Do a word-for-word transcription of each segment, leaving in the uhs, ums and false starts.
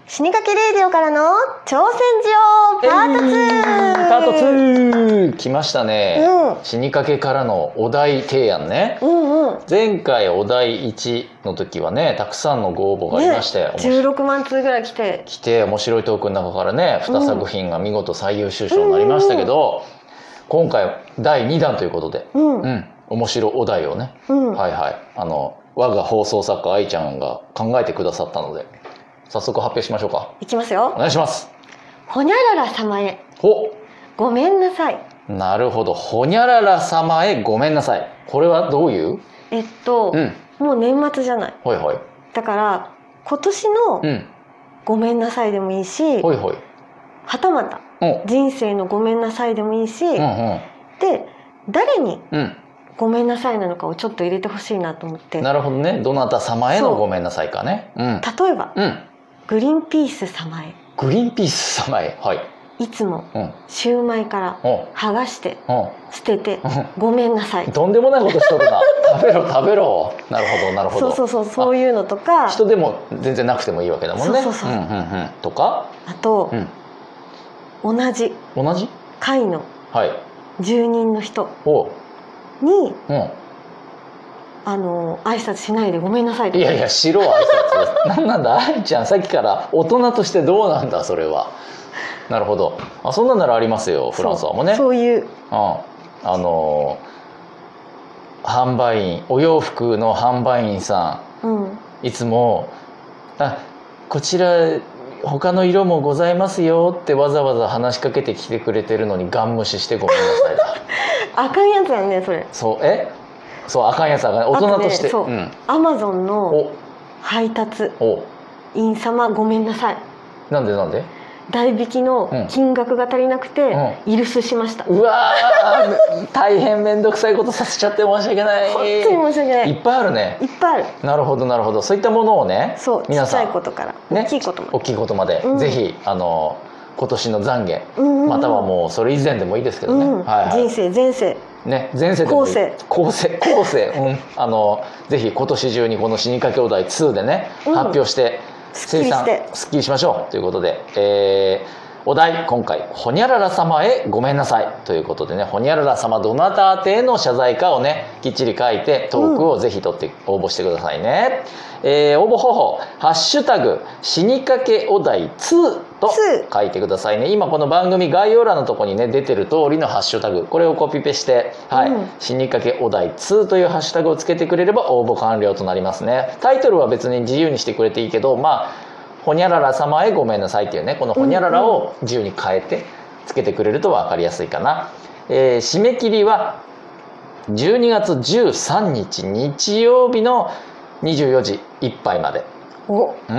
死にかけレイディオからの挑戦状パートツー、 パートツー来ましたね、うん、死にかけからのお題提案ね、うんうん、前回お題いちの時はねたくさんのご応募がありまして、ね、 じゅうろくまんつうぐらい来て来て面白いトークの中からねにさく品が見事最優秀賞になりましたけど、うんうんうん、今回だいにだんということで、うんうん、面白お題をね、うん、はいはいあの我が放送作家愛ちゃんが考えてくださったので早速発表しましょうか。 いきますよ。 お願いします。 ほにゃらら様へおごめんなさい。 なるほど、ほにゃらら様へごめんなさい。これはどういう？ えっと、うん、もう年末じゃない。 はいはい。 だから今年のごめんなさいでもいいし、うん、はいはい、はたまた人生のごめんなさいでもいいし、うんうん、で誰に、うんごめんなさいなのかをちょっと入れてほしいなと思って。 なるほどね。どなた様へのごめんなさいかね、うん、 例えば、うん、グリーンピース様へ。 グリーンピース様へ、はい。 いつも、うん、シューマイから剥がして、うん、捨てて、うん、ごめんなさい。 とんでもないことしとるな食べろ食べろ。なるほどなるほど。 そうそうそう、そういうのとか。 人でも全然なくてもいいわけだもんね。 そうそうそう、うんうんうん、 とかあと、うん、同じ同じ会の住人の人に、うん、あの挨拶しないでごめんなさい。 いやいやしろ挨拶何なんだ愛ちゃん、さっきから大人としてどうなんだそれは。なるほど。あ、そんなんならありますよフランスはもね。 そういう、うん、 あの販売員、お洋服の販売員さん、うん、いつもあこちら他の色もございますよってわざわざ話しかけてきてくれてるのにガン無視してごめんなさいだあかんやつだねそれ。 そうえそうあかんやつだね大人として。 そうアマゾンの配達員様ごめんなさい。 なんでなんで代引きの金額が足りなくてイルスしました、 うん、うわ大変面倒くさいことさせちゃって申し訳ない。 本当に申し訳ない。 いっぱいあるね。 いっぱいある。 なるほどなるほど。そういったものをね、 そう皆さんちっちゃいことから大きいことまで、 ね、大きいことまで、うん、ぜひあの今年の懺悔、うんうんうん、またはもうそれ以前でもいいですけどね、うんはいはい、 人生前世ね、前世でもいい、後世後世後世、うん、あのぜひ今年中にこの死にかけお題ツーでね、うん、発表してすっきりしてすっきりしましょうということで、えーお題今回ほにゃらら様へごめんなさいということでね、ほにゃらら様どなた宛てへの謝罪かをねきっちり書いてトークをぜひ取って応募してくださいね、うんえー、応募方法ハッシュタグ死にかけお題ツーと書いてくださいね。今この番組概要欄のところにね出てる通りのハッシュタグこれをコピペして、はいうん、死にかけお題ツーというハッシュタグをつけてくれれば応募完了となりますね。タイトルは別に自由にしてくれていいけどまあほにゃらら様へごめんなさいっていうねこのほにゃららを自由に変えてつけてくれると分かりやすいかな、えー、締め切りはじゅうにがつじゅうさんにち日曜日のにじゅうよじいっぱいまでお、うん、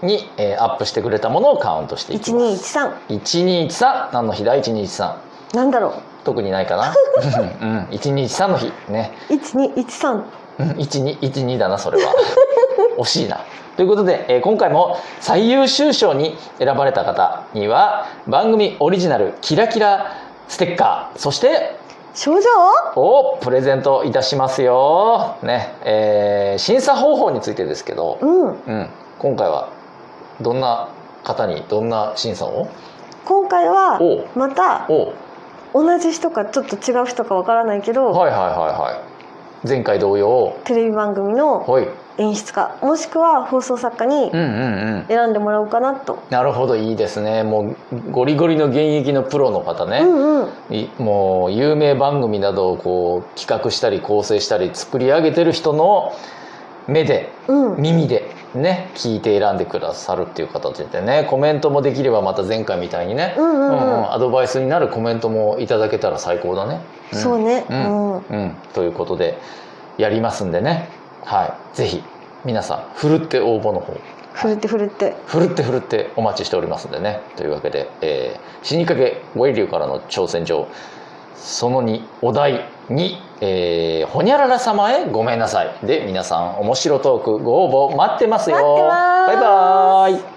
に、えー、アップしてくれたものをカウントしていきます。いちにいちさん いちにいちさん何の日だいちにいちさんなんだろう特にないかな、うん、いちにいちさんの日ねいちにいちさんいちにいちにだなそれは惜しいなということで、えー、今回も最優秀賞に選ばれた方には番組オリジナルキラキラステッカーそして賞状をプレゼントいたしますよ、ねえー、審査方法についてですけど、うんうん、今回はどんな方にどんな審査を今回はまた同じ人かちょっと違う人かわからないけどはいはいはいはい前回同様テレビ番組の演出家もしくは放送作家に選んでもらおうかなと、うんうんうん、 なるほどいいですね。もうゴリゴリの現役のプロの方ね、うんうん、もう有名番組などをこう企画したり構成したり作り上げてる人の目で、うん、耳でね聞いて選んでくださるっていう形でねコメントもできればまた前回みたいにね、うんうんうんうん、アドバイスになるコメントもいただけたら最高だね、 うん、そうね、うんうんうん、ということでやりますんでね、はい、ぜひ皆さんふるって応募の方ふるってふるってふるってふるってお待ちしておりますんでね。というわけで、えー、死にかけごえりゅうからの挑戦状そのにお題に、えー、ほにゃらら様へごめんなさいで皆さん面白トークご応募待ってますよ。 待ってます。 バイバーイ。